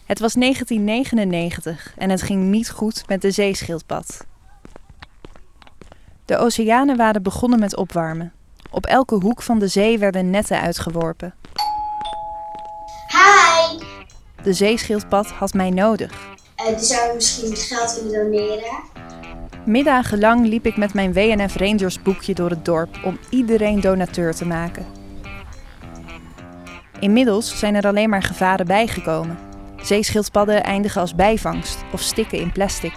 Het was 1999 en het ging niet goed met de zeeschildpad. De oceanen waren begonnen met opwarmen. Op elke hoek van de zee werden netten uitgeworpen. Hi! De zeeschildpad had mij nodig. Die zouden misschien geld willen doneren. Middagenlang liep ik met mijn WNF Rangers boekje door het dorp om iedereen donateur te maken. Inmiddels zijn er alleen maar gevaren bijgekomen. Zeeschildpadden eindigen als bijvangst of stikken in plastic.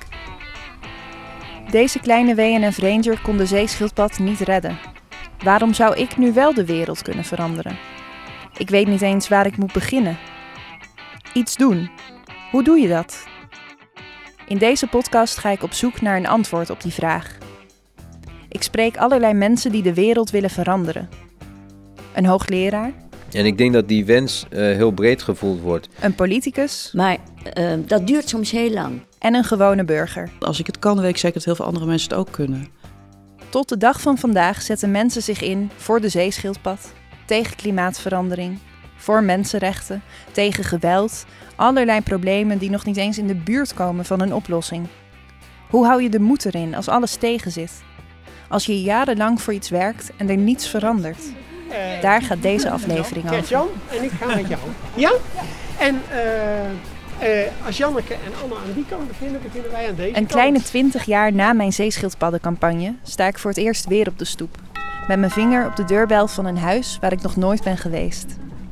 Deze kleine WNF Ranger kon de zeeschildpad niet redden. Waarom zou ik nu wel de wereld kunnen veranderen? Ik weet niet eens waar ik moet beginnen. Iets doen. Hoe doe je dat? In deze podcast ga ik op zoek naar een antwoord op die vraag. Ik spreek allerlei mensen die de wereld willen veranderen. Een hoogleraar. En ik denk dat die wens heel breed gevoeld wordt. Een politicus. Maar dat duurt soms heel lang. En een gewone burger. Als ik het kan, weet ik zeker dat heel veel andere mensen het ook kunnen. Tot de dag van vandaag zetten mensen zich in voor de zeeschildpad, tegen klimaatverandering, voor mensenrechten, tegen geweld, allerlei problemen die nog niet eens in de buurt komen van een oplossing. Hoe hou je de moed erin als alles tegenzit? Als je jarenlang voor iets werkt en er niets verandert. Daar gaat deze aflevering over. Gert-Jan en ik ga met jou. Ja? En als Janneke en Anna aan die kant beginnen wij aan deze kant. Een kleine 20 jaar na mijn zeeschildpaddencampagne sta ik voor het eerst weer op de stoep. Met mijn vinger op de deurbel van een huis waar ik nog nooit ben geweest.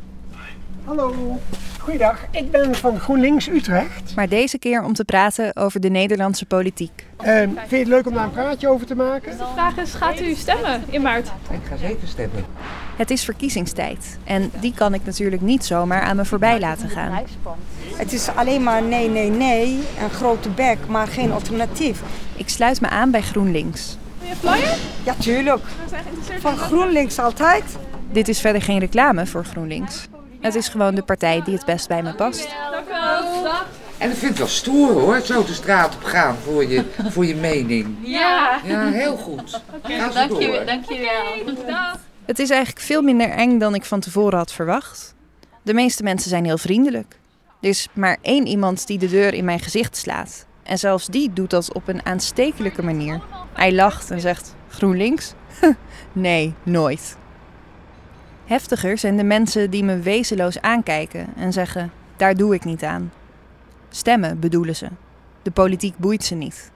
Hallo, goeiedag. Ik ben van GroenLinks Utrecht. Maar deze keer om te praten over de Nederlandse politiek. Vind je het leuk om daar een praatje over te maken? De vraag is, gaat u stemmen in maart? Ik ga zeker stemmen. Het is verkiezingstijd en die kan ik natuurlijk niet zomaar aan me voorbij laten gaan. Het is alleen maar nee, een grote bek, maar geen alternatief. Ik sluit me aan bij GroenLinks. Wil je flyer? Ja, tuurlijk. Van GroenLinks altijd. Dit is verder geen reclame voor GroenLinks. Het is gewoon de partij die het best bij me past. Dank u wel. En ik vind het wel stoer hoor, zo de straat op gaan voor je mening. Ja. Ja, heel goed. Ga zo door. Dank je wel. Dag. Het is eigenlijk veel minder eng dan ik van tevoren had verwacht. De meeste mensen zijn heel vriendelijk. Er is maar één iemand die de deur in mijn gezicht slaat. En zelfs die doet dat op een aanstekelijke manier. Hij lacht en zegt, GroenLinks? Nee, nooit. Heftiger zijn de mensen die me wezenloos aankijken en zeggen, daar doe ik niet aan. Stemmen bedoelen ze. De politiek boeit ze niet.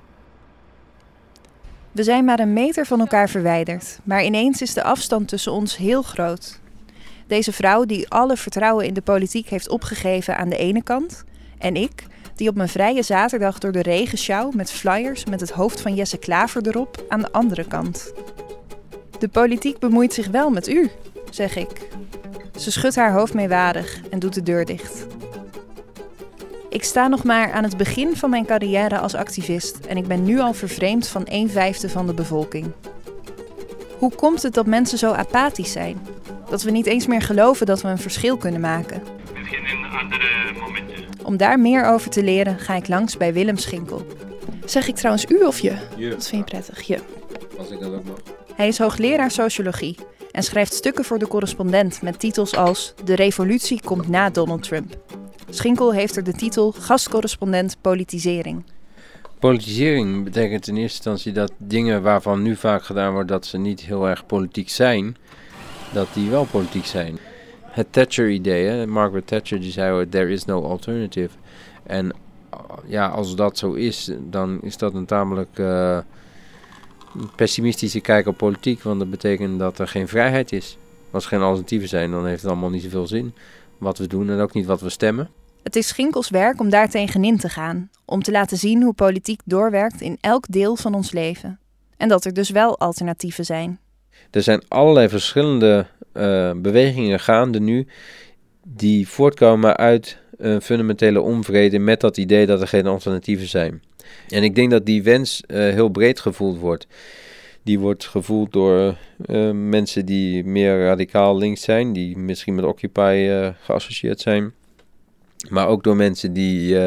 We zijn maar een meter van elkaar verwijderd, maar ineens is de afstand tussen ons heel groot. Deze vrouw die alle vertrouwen in de politiek heeft opgegeven aan de ene kant, en ik, die op mijn vrije zaterdag door de regen sjouw met flyers met het hoofd van Jesse Klaver erop aan de andere kant. De politiek bemoeit zich wel met u, zeg ik. Ze schudt haar hoofd meewarig en doet de deur dicht. Ik sta nog maar aan het begin van mijn carrière als activist en ik ben nu al vervreemd van 1/5 van de bevolking. Hoe komt het dat mensen zo apathisch zijn? Dat we niet eens meer geloven dat we een verschil kunnen maken? Misschien in andere momenten. Om daar meer over te leren ga ik langs bij Willem Schinkel. Zeg ik trouwens u of je? Je. Dat vind je prettig, je. Als ik dat ook mag. Hij is hoogleraar sociologie en schrijft stukken voor de Correspondent met titels als De revolutie komt na Donald Trump. Schinkel heeft er de titel Gastcorrespondent Politisering. Politisering betekent in eerste instantie dat dingen waarvan nu vaak gedaan wordt dat ze niet heel erg politiek zijn, dat die wel politiek zijn. Het Thatcher-idee, hè? Margaret Thatcher die zei, there is no alternative. En ja, als dat zo is, dan is dat een tamelijk pessimistische kijk op politiek, want dat betekent dat er geen vrijheid is. Als er geen alternatieven zijn, dan heeft het allemaal niet zoveel zin wat we doen en ook niet wat we stemmen. Het is Schinkels werk om daar tegenin te gaan, om te laten zien hoe politiek doorwerkt in elk deel van ons leven. En dat er dus wel alternatieven zijn. Er zijn allerlei verschillende bewegingen gaande nu die voortkomen uit een fundamentele onvrede met dat idee dat er geen alternatieven zijn. En ik denk dat die wens heel breed gevoeld wordt. Die wordt gevoeld door mensen die meer radicaal links zijn, die misschien met Occupy geassocieerd zijn. Maar ook door mensen die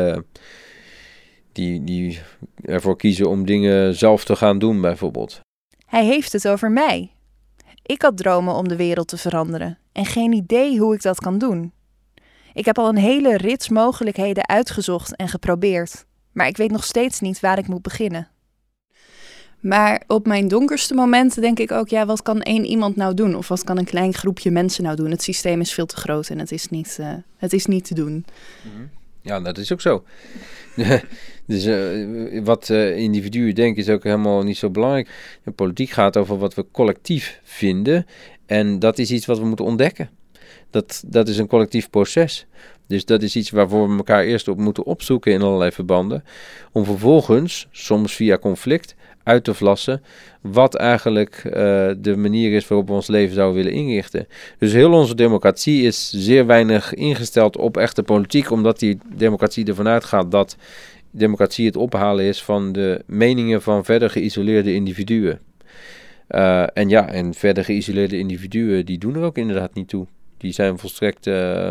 ervoor kiezen om dingen zelf te gaan doen, bijvoorbeeld. Hij heeft het over mij. Ik had dromen om de wereld te veranderen en geen idee hoe ik dat kan doen. Ik heb al een hele rits mogelijkheden uitgezocht en geprobeerd, maar ik weet nog steeds niet waar ik moet beginnen. Maar op mijn donkerste momenten denk ik ook, ja, wat kan één iemand nou doen? Of wat kan een klein groepje mensen nou doen? Het systeem is veel te groot en het is niet te doen. Ja, dat is ook zo. Dus wat individuen denken is ook helemaal niet zo belangrijk. De politiek gaat over wat we collectief vinden. En dat is iets wat we moeten ontdekken. Dat is een collectief proces. Dus dat is iets waarvoor we elkaar eerst op moeten opzoeken in allerlei verbanden. Om vervolgens, soms via conflict, uit te vlassen wat eigenlijk de manier is waarop we ons leven zouden willen inrichten. Dus heel onze democratie is zeer weinig ingesteld op echte politiek, omdat die democratie ervan uitgaat dat democratie het ophalen is van de meningen van verder geïsoleerde individuen. En verder geïsoleerde individuen, die doen er ook inderdaad niet toe. Die zijn volstrekt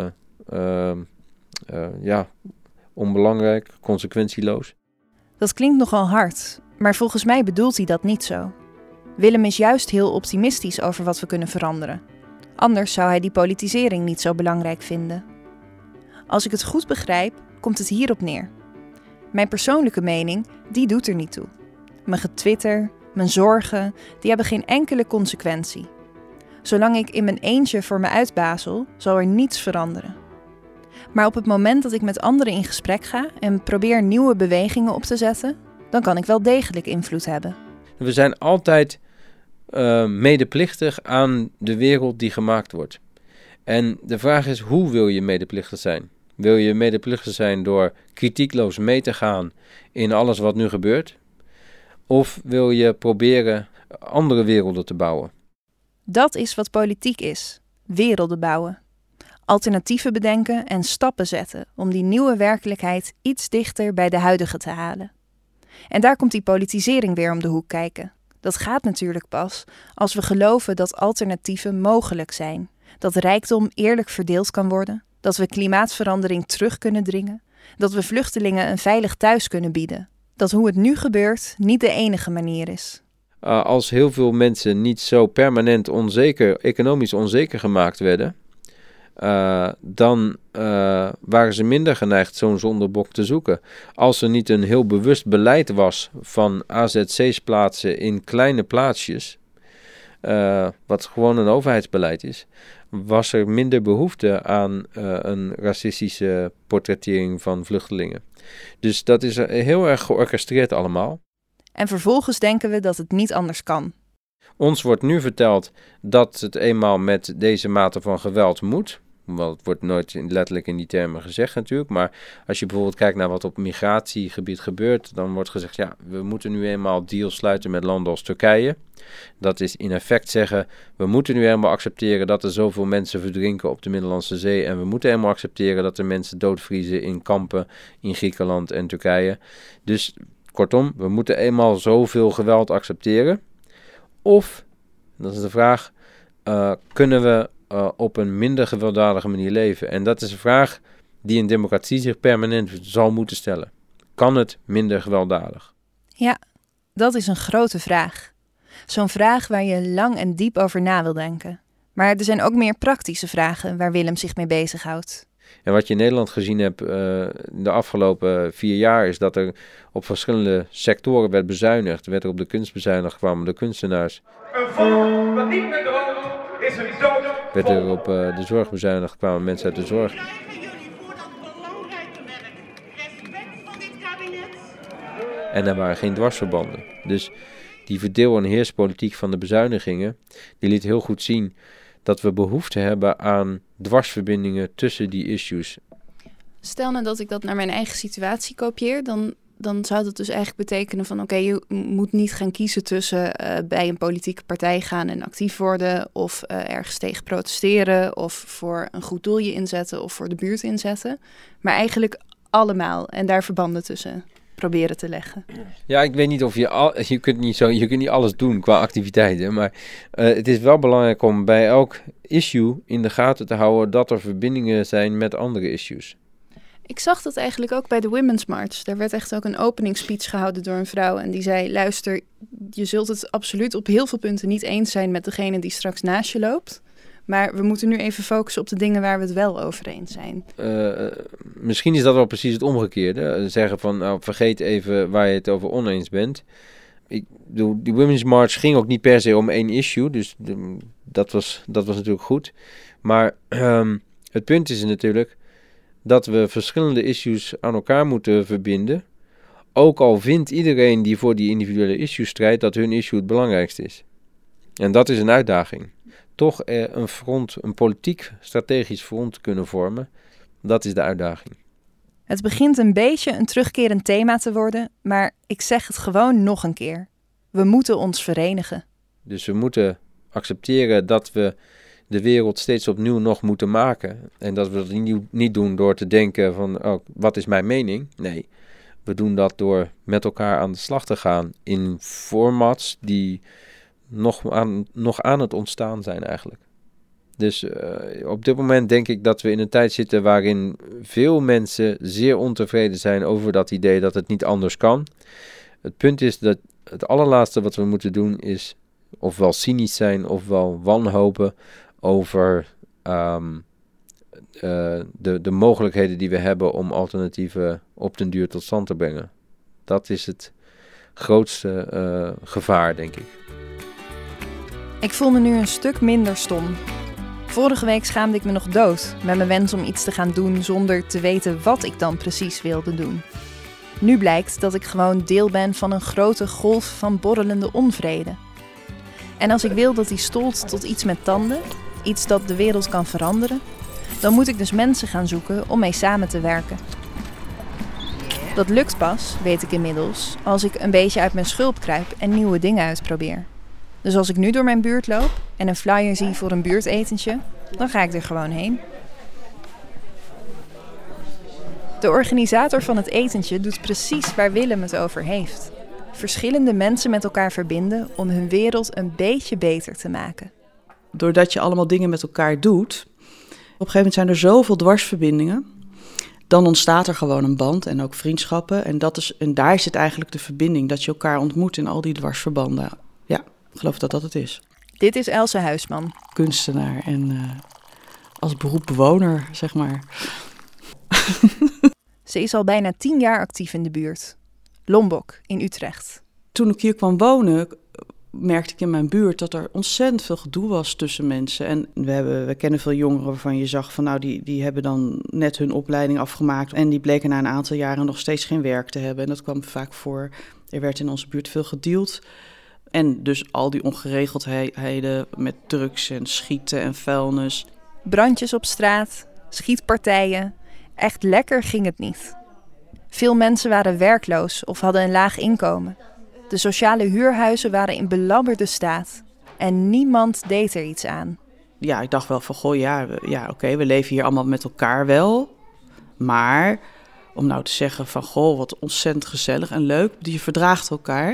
onbelangrijk, consequentieloos. Dat klinkt nogal hard, maar volgens mij bedoelt hij dat niet zo. Willem is juist heel optimistisch over wat we kunnen veranderen. Anders zou hij die politisering niet zo belangrijk vinden. Als ik het goed begrijp, komt het hierop neer. Mijn persoonlijke mening, die doet er niet toe. Mijn getwitter, mijn zorgen, die hebben geen enkele consequentie. Zolang ik in mijn eentje voor me uitbazel, zal er niets veranderen. Maar op het moment dat ik met anderen in gesprek ga en probeer nieuwe bewegingen op te zetten, dan kan ik wel degelijk invloed hebben. We zijn altijd medeplichtig aan de wereld die gemaakt wordt. En de vraag is, hoe wil je medeplichtig zijn? Wil je medeplichtig zijn door kritiekloos mee te gaan in alles wat nu gebeurt? Of wil je proberen andere werelden te bouwen? Dat is wat politiek is. Werelden bouwen. Alternatieven bedenken en stappen zetten om die nieuwe werkelijkheid iets dichter bij de huidige te halen. En daar komt die politisering weer om de hoek kijken. Dat gaat natuurlijk pas als we geloven dat alternatieven mogelijk zijn. Dat rijkdom eerlijk verdeeld kan worden. Dat we klimaatverandering terug kunnen dringen. Dat we vluchtelingen een veilig thuis kunnen bieden. Dat hoe het nu gebeurt niet de enige manier is. Als heel veel mensen niet zo permanent economisch onzeker gemaakt werden, dan waren ze minder geneigd zo'n zondebok te zoeken. Als er niet een heel bewust beleid was van AZC's plaatsen in kleine plaatsjes, wat gewoon een overheidsbeleid is, was er minder behoefte aan een racistische portrettering van vluchtelingen. Dus dat is heel erg georchestreerd allemaal. En vervolgens denken we dat het niet anders kan. Ons wordt nu verteld dat het eenmaal met deze mate van geweld moet. Wel, het wordt nooit letterlijk in die termen gezegd natuurlijk. Maar als je bijvoorbeeld kijkt naar wat op migratiegebied gebeurt, dan wordt gezegd, ja, we moeten nu eenmaal deals sluiten met landen als Turkije. Dat is in effect zeggen, we moeten nu eenmaal accepteren dat er zoveel mensen verdrinken op de Middellandse Zee. En we moeten eenmaal accepteren dat er mensen doodvriezen in kampen in Griekenland en Turkije. Dus kortom, we moeten eenmaal zoveel geweld accepteren. Of, dat is de vraag, kunnen we op een minder gewelddadige manier leven? En dat is een vraag die een democratie zich permanent zal moeten stellen. Kan het minder gewelddadig? Ja, dat is een grote vraag. Zo'n vraag waar je lang en diep over na wil denken. Maar er zijn ook meer praktische vragen waar Willem zich mee bezighoudt. En wat je in Nederland gezien hebt in de afgelopen 4 jaar is dat er op verschillende sectoren werd bezuinigd. Er werd er op de kunst bezuinigd, kwamen de kunstenaars. Een volk dat niet meer droomt, is een dood. Werd er op de zorg bezuinigd, kwamen mensen uit de zorg. En er waren geen dwarsverbanden. Dus die verdeel- en heerspolitiek van de bezuinigingen, die liet heel goed zien dat we behoefte hebben aan dwarsverbindingen tussen die issues. Stel nou dat ik dat naar mijn eigen situatie kopieer, dan zou dat dus eigenlijk betekenen van oké, je moet niet gaan kiezen tussen bij een politieke partij gaan en actief worden of ergens tegen protesteren of voor een goed doel je inzetten of voor de buurt inzetten. Maar eigenlijk allemaal en daar verbanden tussen proberen te leggen. Ja, ik weet niet of je kunt niet alles doen qua activiteiten, maar het is wel belangrijk om bij elk issue in de gaten te houden dat er verbindingen zijn met andere issues. Ik zag dat eigenlijk ook bij de Women's March. Daar werd echt ook een openingsspeech gehouden door een vrouw en die zei, luister, je zult het absoluut op heel veel punten niet eens zijn met degene die straks naast je loopt, Maar we moeten nu even focussen op de dingen waar we het wel over eens zijn. Misschien is dat wel precies het omgekeerde. Zeggen van, nou, vergeet even waar je het over oneens bent. Die Women's March ging ook niet per se om één issue. Dus dat was natuurlijk goed. Maar het punt is natuurlijk dat we verschillende issues aan elkaar moeten verbinden. Ook al vindt iedereen die voor die individuele issue strijdt dat hun issue het belangrijkste is. En dat is een uitdaging. Toch een politiek strategisch front kunnen vormen, dat is de uitdaging. Het begint een beetje een terugkerend thema te worden, maar ik zeg het gewoon nog een keer. We moeten ons verenigen. Dus we moeten accepteren dat we de wereld steeds opnieuw nog moeten maken. En dat we dat niet doen door te denken van, oh, wat is mijn mening? Nee, we doen dat door met elkaar aan de slag te gaan in formats die nog aan het ontstaan zijn eigenlijk. Dus op dit moment denk ik dat we in een tijd zitten waarin veel mensen zeer ontevreden zijn over dat idee dat het niet anders kan. Het punt is dat het allerlaatste wat we moeten doen is ofwel cynisch zijn ofwel wanhopen over de mogelijkheden die we hebben om alternatieven op den duur tot stand te brengen. Dat is het grootste gevaar, denk ik. Ik voel me nu een stuk minder stom. Vorige week schaamde ik me nog dood met mijn wens om iets te gaan doen zonder te weten wat ik dan precies wilde doen. Nu blijkt dat ik gewoon deel ben van een grote golf van borrelende onvrede. En als ik wil dat die stolt tot iets met tanden, iets dat de wereld kan veranderen, dan moet ik dus mensen gaan zoeken om mee samen te werken. Dat lukt pas, weet ik inmiddels, als ik een beetje uit mijn schulp kruip en nieuwe dingen uitprobeer. Dus als ik nu door mijn buurt loop en een flyer zie voor een buurtetentje, dan ga ik er gewoon heen. De organisator van het etentje doet precies waar Willem het over heeft. Verschillende mensen met elkaar verbinden om hun wereld een beetje beter te maken. Doordat je allemaal dingen met elkaar doet, op een gegeven moment zijn er zoveel dwarsverbindingen. Dan ontstaat er gewoon een band en ook vriendschappen. En daar zit eigenlijk de verbinding, dat je elkaar ontmoet in al die dwarsverbanden. Ja, ik geloof dat dat het is. Dit is Else Huisman. Kunstenaar en als beroep bewoner, zeg maar. Ze is al bijna 10 jaar actief in de buurt. Lombok in Utrecht. Toen ik hier kwam wonen, merkte ik in mijn buurt dat er ontzettend veel gedoe was tussen mensen. En we kennen veel jongeren waarvan je zag van nou, die hebben dan net hun opleiding afgemaakt. En die bleken na een aantal jaren nog steeds geen werk te hebben. En dat kwam vaak voor. Er werd in onze buurt veel gedeeld. En dus al die ongeregeldheden met drugs en schieten en vuilnis. Brandjes op straat, schietpartijen. Echt lekker ging het niet. Veel mensen waren werkloos of hadden een laag inkomen. De sociale huurhuizen waren in belabberde staat. En niemand deed er iets aan. Ja, ik dacht wel van, oké, we leven hier allemaal met elkaar wel. Maar om nou te zeggen van, wat ontzettend gezellig en leuk. Je verdraagt elkaar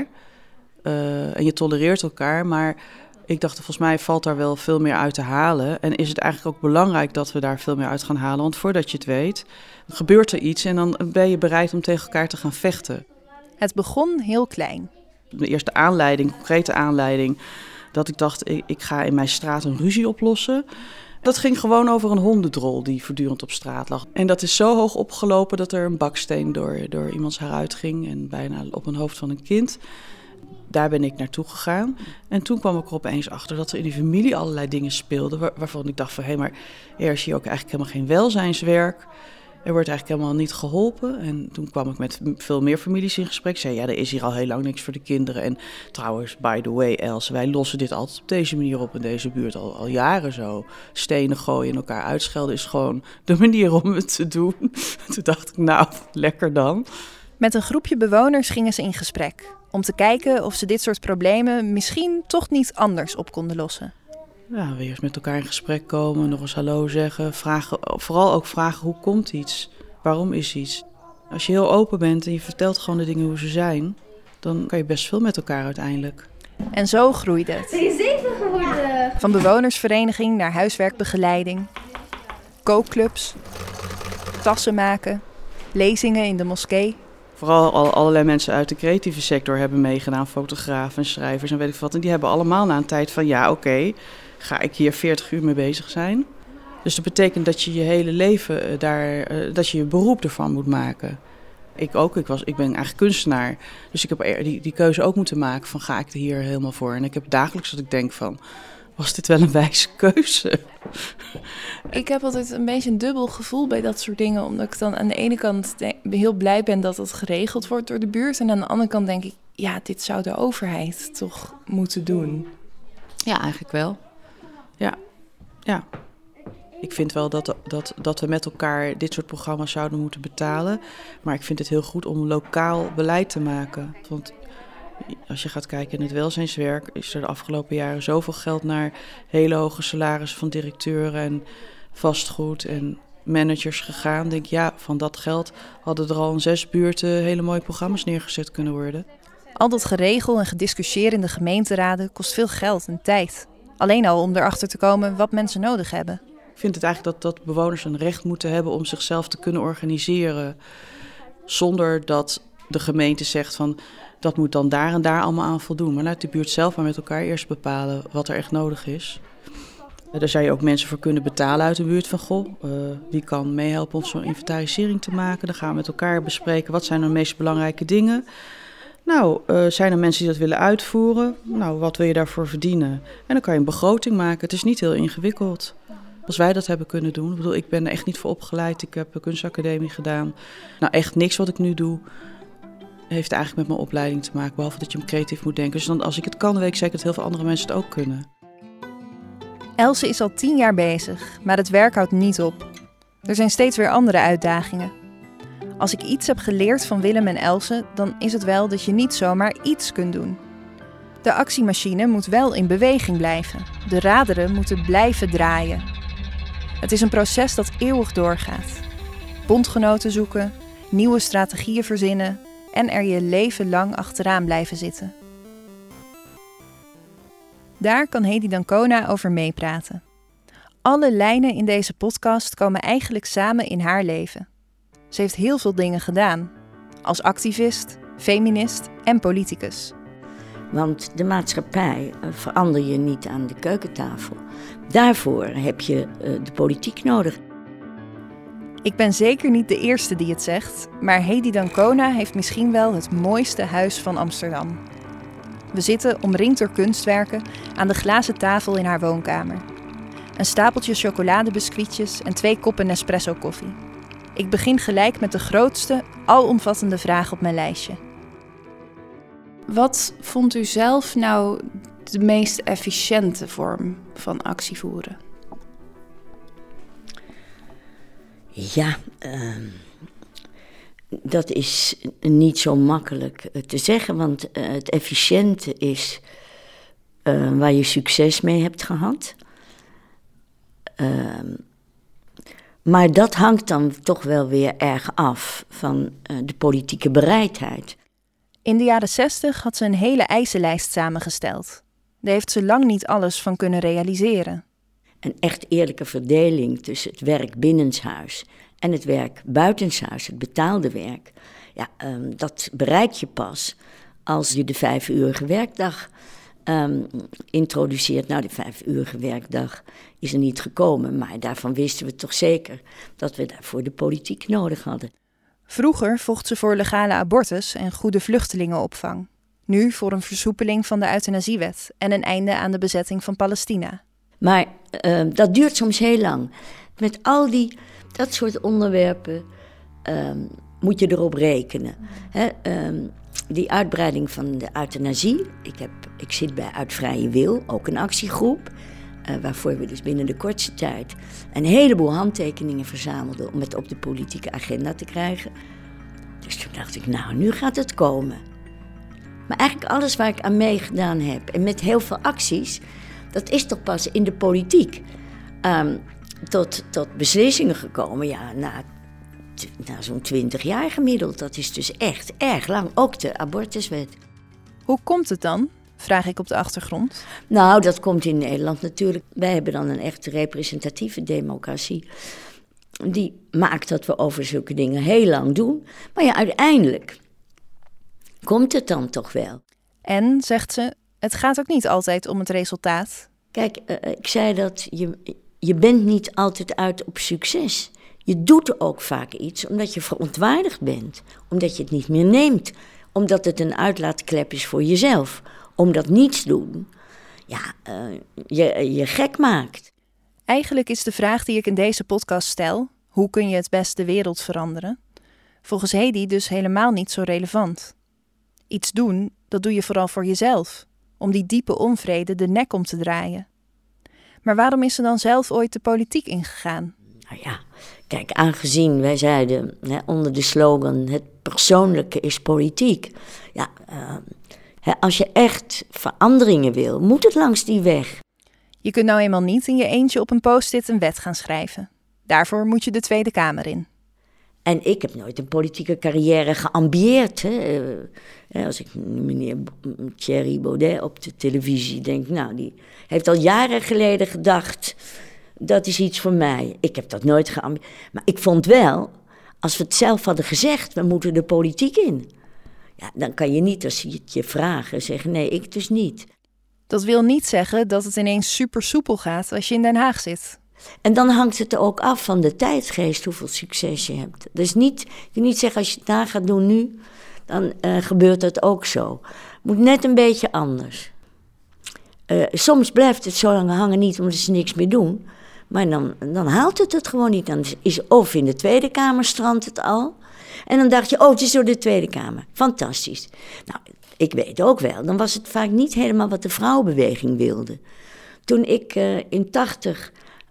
en je tolereert elkaar. Maar ik dacht, volgens mij valt daar wel veel meer uit te halen. En is het eigenlijk ook belangrijk dat we daar veel meer uit gaan halen. Want voordat je het weet, gebeurt er iets en dan ben je bereid om tegen elkaar te gaan vechten. Het begon heel klein. De eerste concrete aanleiding, dat ik dacht, ik ga in mijn straat een ruzie oplossen. Dat ging gewoon over een hondendrol die voortdurend op straat lag. En dat is zo hoog opgelopen dat er een baksteen door iemands haar uitging en bijna op een hoofd van een kind. Daar ben ik naartoe gegaan. En toen kwam ik er opeens achter dat er in die familie allerlei dingen speelden waarvan ik dacht van, maar er is hier ook eigenlijk helemaal geen welzijnswerk. Er wordt eigenlijk helemaal niet geholpen. En toen kwam ik met veel meer families in gesprek. Ik zei, er is hier al heel lang niks voor de kinderen. En trouwens, by the way, Els, wij lossen dit altijd op deze manier op in deze buurt al jaren zo. Stenen gooien en elkaar uitschelden is gewoon de manier om het te doen. Toen dacht ik, nou, lekker dan. Met een groepje bewoners gingen ze in gesprek. Om te kijken of ze dit soort problemen misschien toch niet anders op konden lossen. Ja, weer eens met elkaar in gesprek komen, nog eens hallo zeggen. Vooral ook vragen, hoe komt iets? Waarom is iets? Als je heel open bent en je vertelt gewoon de dingen hoe ze zijn, dan kan je best veel met elkaar uiteindelijk. En zo groeide het. Ben je 7 geworden? Van bewonersvereniging naar huiswerkbegeleiding, kookclubs, tassen maken, lezingen in de moskee. Vooral allerlei mensen uit de creatieve sector hebben meegedaan, fotografen en schrijvers en weet ik wat. En die hebben allemaal na een tijd van, oké, ga ik hier 40 uur mee bezig zijn. Dus dat betekent dat je je hele leven dat je je beroep ervan moet maken. Ik ook. Ik ben eigenlijk kunstenaar. Dus ik heb die keuze ook moeten maken van ga ik er hier helemaal voor. En ik heb dagelijks dat ik denk van, was dit wel een wijze keuze? Ik heb altijd een beetje een dubbel gevoel bij dat soort dingen. Omdat ik dan aan de ene kant heel blij ben dat het geregeld wordt door de buurt. En aan de andere kant denk ik, ja, dit zou de overheid toch moeten doen. Ja, eigenlijk wel. Ja. Ik vind wel dat we met elkaar dit soort programma's zouden moeten betalen. Maar ik vind het heel goed om lokaal beleid te maken. Want als je gaat kijken in het welzijnswerk, is er de afgelopen jaren zoveel geld naar hele hoge salarissen van directeuren en vastgoed en managers gegaan. Ik denk, ja, van dat geld hadden er al in 6 buurten hele mooie programma's neergezet kunnen worden. Al dat geregel en gediscussieer in de gemeenteraden kost veel geld en tijd. Alleen al om erachter te komen wat mensen nodig hebben. Ik vind het eigenlijk dat bewoners een recht moeten hebben om zichzelf te kunnen organiseren. Zonder dat de gemeente zegt van dat moet dan daar en daar allemaal aan voldoen. Maar laat de buurt zelf maar met elkaar eerst bepalen wat er echt nodig is. Daar zou je ook mensen voor kunnen betalen uit de buurt van goh, wie kan meehelpen om zo'n inventarisering te maken. Dan gaan we met elkaar bespreken wat zijn de meest belangrijke dingen. Nou, zijn er mensen die dat willen uitvoeren? Nou, wat wil je daarvoor verdienen? En dan kan je een begroting maken. Het is niet heel ingewikkeld. Als wij dat hebben kunnen doen. Ik bedoel, ik ben er echt niet voor opgeleid. Ik heb een kunstacademie gedaan. Nou, echt niks wat ik nu doe heeft eigenlijk met mijn opleiding te maken. Behalve dat je hem creatief moet denken. Dus dan, als ik het kan, weet ik zeker dat heel veel andere mensen het ook kunnen. Else is al 10 jaar bezig, maar het werk houdt niet op. Er zijn steeds weer andere uitdagingen. Als ik iets heb geleerd van Willem en Else, dan is het wel dat je niet zomaar iets kunt doen. De actiemachine moet wel in beweging blijven. De raderen moeten blijven draaien. Het is een proces dat eeuwig doorgaat. Bondgenoten zoeken, nieuwe strategieën verzinnen en er je leven lang achteraan blijven zitten. Daar kan Hedy d'Ancona over meepraten. Alle lijnen in deze podcast komen eigenlijk samen in haar leven. Ze heeft heel veel dingen gedaan. Als activist, feminist en politicus. Want de maatschappij verander je niet aan de keukentafel. Daarvoor heb je de politiek nodig. Ik ben zeker niet de eerste die het zegt, maar Hedy d'Ancona heeft misschien wel het mooiste huis van Amsterdam. We zitten omringd door kunstwerken aan de glazen tafel in haar woonkamer. Een stapeltje chocoladebiscuitjes en 2 koppen Nespresso koffie. Ik begin gelijk met de grootste, alomvattende vraag op mijn lijstje. Wat vond u zelf nou de meest efficiënte vorm van actie voeren? Ja, dat is niet zo makkelijk te zeggen, want het efficiënte is waar je succes mee hebt gehad. Maar dat hangt dan toch wel weer erg af van de politieke bereidheid. In de jaren 60 had ze een hele eisenlijst samengesteld. Daar heeft ze lang niet alles van kunnen realiseren. Een echt eerlijke verdeling tussen het werk binnenshuis en het werk buitenshuis, het betaalde werk. Ja, dat bereik je pas als je de 5-urige werkdag introduceert. Nou, de 5-urige werkdag is er niet gekomen, maar daarvan wisten we toch zeker dat we daarvoor de politiek nodig hadden. Vroeger vocht ze voor legale abortus en goede vluchtelingenopvang. Nu voor een versoepeling van de euthanasiewet en een einde aan de bezetting van Palestina. Maar dat duurt soms heel lang. Met al dat soort onderwerpen moet je erop rekenen. Die uitbreiding van de euthanasie. Ik zit bij Uit Vrije Wil, ook een actiegroep. Waarvoor we dus binnen de kortste tijd een heleboel handtekeningen verzamelden om het op de politieke agenda te krijgen. Dus toen dacht ik, nou, nu gaat het komen. Maar eigenlijk alles waar ik aan meegedaan heb en met heel veel acties, dat is toch pas in de politiek tot beslissingen gekomen. Ja, na zo'n 20 jaar gemiddeld. Dat is dus echt erg lang. Ook de abortuswet. Hoe komt het dan? Vraag ik op de achtergrond. Nou, dat komt in Nederland natuurlijk. Wij hebben dan een echt representatieve democratie. Die maakt dat we over zulke dingen heel lang doen. Maar ja, uiteindelijk komt het dan toch wel. En, zegt ze, het gaat ook niet altijd om het resultaat. Kijk, ik zei dat je bent niet altijd uit op succes. Je doet ook vaak iets omdat je verontwaardigd bent. Omdat je het niet meer neemt. Omdat het een uitlaatklep is voor jezelf. Omdat niets doen je gek maakt. Eigenlijk is de vraag die ik in deze podcast stel, hoe kun je het best de wereld veranderen, volgens Hedy dus helemaal niet zo relevant. Iets doen, dat doe je vooral voor jezelf, om die diepe onvrede de nek om te draaien. Maar waarom is ze dan zelf ooit de politiek ingegaan? Nou ja, kijk, aangezien wij zeiden onder de slogan het persoonlijke is politiek. Ja, als je echt veranderingen wil, moet het langs die weg. Je kunt nou eenmaal niet in je eentje op een post-it een wet gaan schrijven. Daarvoor moet je de Tweede Kamer in. En ik heb nooit een politieke carrière geambieerd. Als ik meneer Thierry Baudet op de televisie denk, nou, die heeft al jaren geleden gedacht, dat is iets voor mij. Ik heb dat nooit geambieerd. Maar ik vond wel, als we het zelf hadden gezegd, we moeten de politiek in. Ja, dan kan je niet, als je het je vragen, zeggen, nee, ik dus niet. Dat wil niet zeggen dat het ineens super soepel gaat als je in Den Haag zit. En dan hangt het er ook af van de tijdsgeest hoeveel succes je hebt. Dus je kunt niet zeggen als je het na gaat doen nu, dan gebeurt dat ook zo. Moet net een beetje anders. Soms blijft het zo lang hangen niet omdat ze niks meer doen. Maar dan haalt het gewoon niet. Dan is of in de Tweede Kamer strandt het al. En dan dacht je, het is door de Tweede Kamer. Fantastisch. Nou, ik weet ook wel, dan was het vaak niet helemaal wat de vrouwenbeweging wilde. Toen ik in 80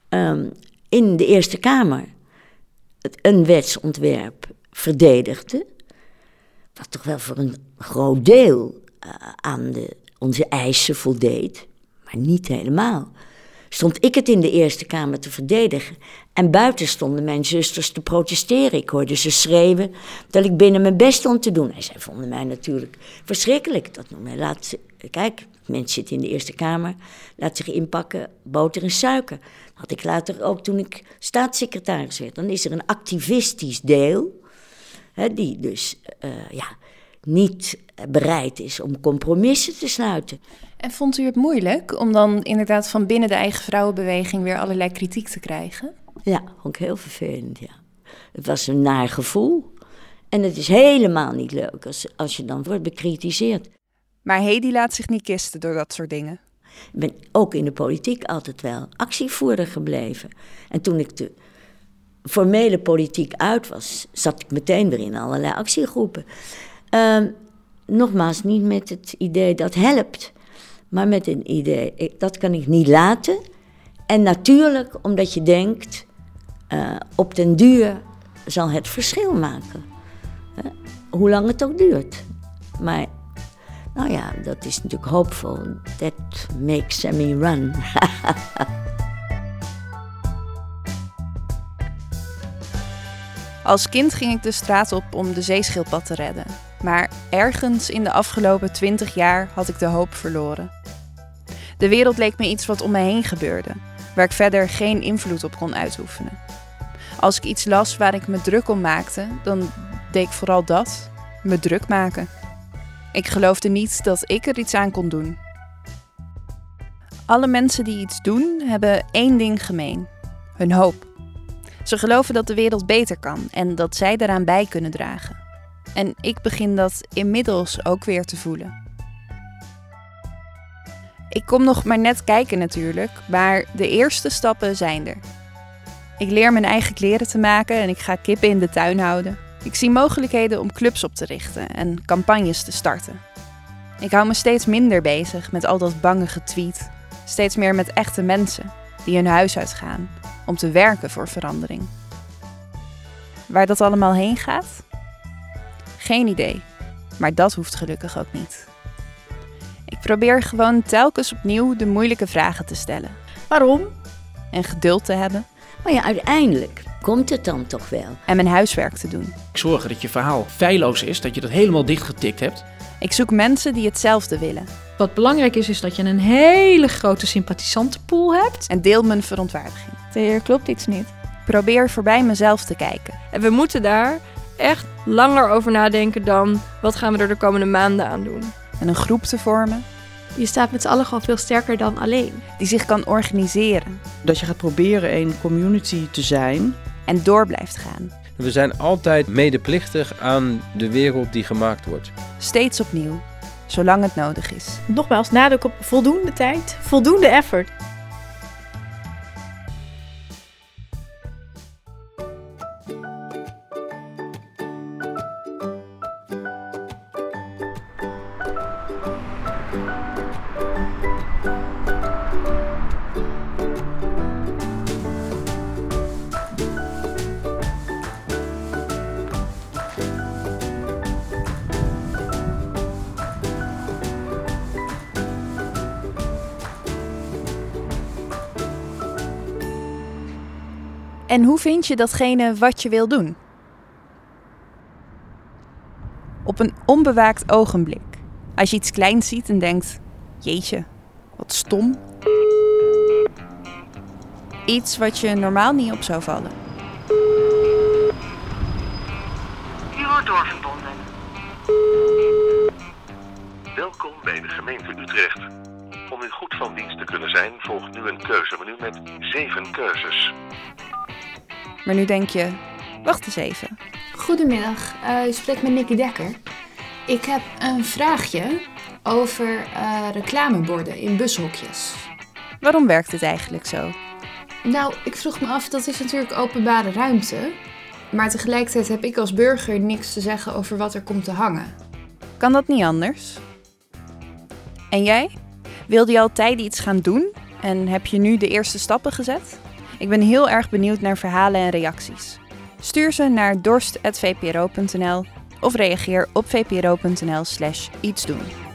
in de Eerste Kamer een wetsontwerp verdedigde, wat toch wel voor een groot deel aan onze eisen voldeed, maar niet helemaal. Stond ik het in de Eerste Kamer te verdedigen en buiten stonden mijn zusters te protesteren. Ik hoorde ze schreeuwen dat ik binnen mijn best stond te doen. En zij vonden mij natuurlijk verschrikkelijk. Dat noemde mij, kijk, mensen zitten in de Eerste Kamer, laat zich inpakken, boter en suiker. Dat had ik later ook toen ik staatssecretaris werd. Dan is er een activistisch deel, die dus niet bereid is om compromissen te sluiten. En vond u het moeilijk om dan inderdaad van binnen de eigen vrouwenbeweging weer allerlei kritiek te krijgen? Ja, vond ik heel vervelend, ja. Het was een naar gevoel. En het is helemaal niet leuk als je dan wordt bekritiseerd. Maar Hedy laat zich niet kisten door dat soort dingen. Ik ben ook in de politiek altijd wel actievoerder gebleven. En toen ik de formele politiek uit was, zat ik meteen weer in allerlei actiegroepen. Nogmaals, niet met het idee dat helpt, maar met een idee, dat kan ik niet laten. En natuurlijk omdat je denkt, op den duur zal het verschil maken. Hoe lang het ook duurt. Maar nou ja, dat is natuurlijk hoopvol. That makes me run. Als kind ging ik de straat op om de zeeschildpad te redden. Maar ergens in de afgelopen 20 jaar had ik de hoop verloren. De wereld leek me iets wat om me heen gebeurde, waar ik verder geen invloed op kon uitoefenen. Als ik iets las waar ik me druk om maakte, dan deed ik vooral dat, me druk maken. Ik geloofde niet dat ik er iets aan kon doen. Alle mensen die iets doen, hebben één ding gemeen: hun hoop. Ze geloven dat de wereld beter kan en dat zij daaraan bij kunnen dragen. En ik begin dat inmiddels ook weer te voelen. Ik kom nog maar net kijken natuurlijk, maar de eerste stappen zijn er. Ik leer mijn eigen kleren te maken en ik ga kippen in de tuin houden. Ik zie mogelijkheden om clubs op te richten en campagnes te starten. Ik hou me steeds minder bezig met al dat bange getweet. Steeds meer met echte mensen die hun huis uitgaan om te werken voor verandering. Waar dat allemaal heen gaat? Geen idee, maar dat hoeft gelukkig ook niet. Ik probeer gewoon telkens opnieuw de moeilijke vragen te stellen. Waarom? En geduld te hebben. Maar ja, uiteindelijk komt het dan toch wel. En mijn huiswerk te doen. Zorgen dat je verhaal feilloos is, dat je dat helemaal dichtgetikt hebt. Ik zoek mensen die hetzelfde willen. Wat belangrijk is dat je een hele grote sympathisantenpool hebt. En deel mijn verontwaardiging. Hier klopt iets niet. Probeer voorbij mezelf te kijken. En we moeten daar echt langer over nadenken dan wat gaan we er de komende maanden aan doen. En een groep te vormen. Je staat met z'n allen gewoon veel sterker dan alleen. Die zich kan organiseren. Dat je gaat proberen een community te zijn. En door blijft gaan. We zijn altijd medeplichtig aan de wereld die gemaakt wordt. Steeds opnieuw, zolang het nodig is. Nogmaals, nadruk op voldoende tijd, voldoende effort. En hoe vind je datgene wat je wil doen? Op een onbewaakt ogenblik. Als je iets kleins ziet en denkt, jeetje, wat stom. Iets wat je normaal niet op zou vallen. U wordt doorverbonden. Welkom bij de gemeente Utrecht. Om u goed van dienst te kunnen zijn, volgt nu een keuzemenu met 7 keuzes. Maar nu denk je, wacht eens even. Goedemiddag, u spreekt met Nicky Dekker. Ik heb een vraagje over reclameborden in bushokjes. Waarom werkt het eigenlijk zo? Nou, ik vroeg me af, dat is natuurlijk openbare ruimte. Maar tegelijkertijd heb ik als burger niks te zeggen over wat er komt te hangen. Kan dat niet anders? En jij? Wilde je altijd iets gaan doen? En heb je nu de eerste stappen gezet? Ik ben heel erg benieuwd naar verhalen en reacties. Stuur ze naar dorst@vpro.nl of reageer op vpro.nl/ietsdoen.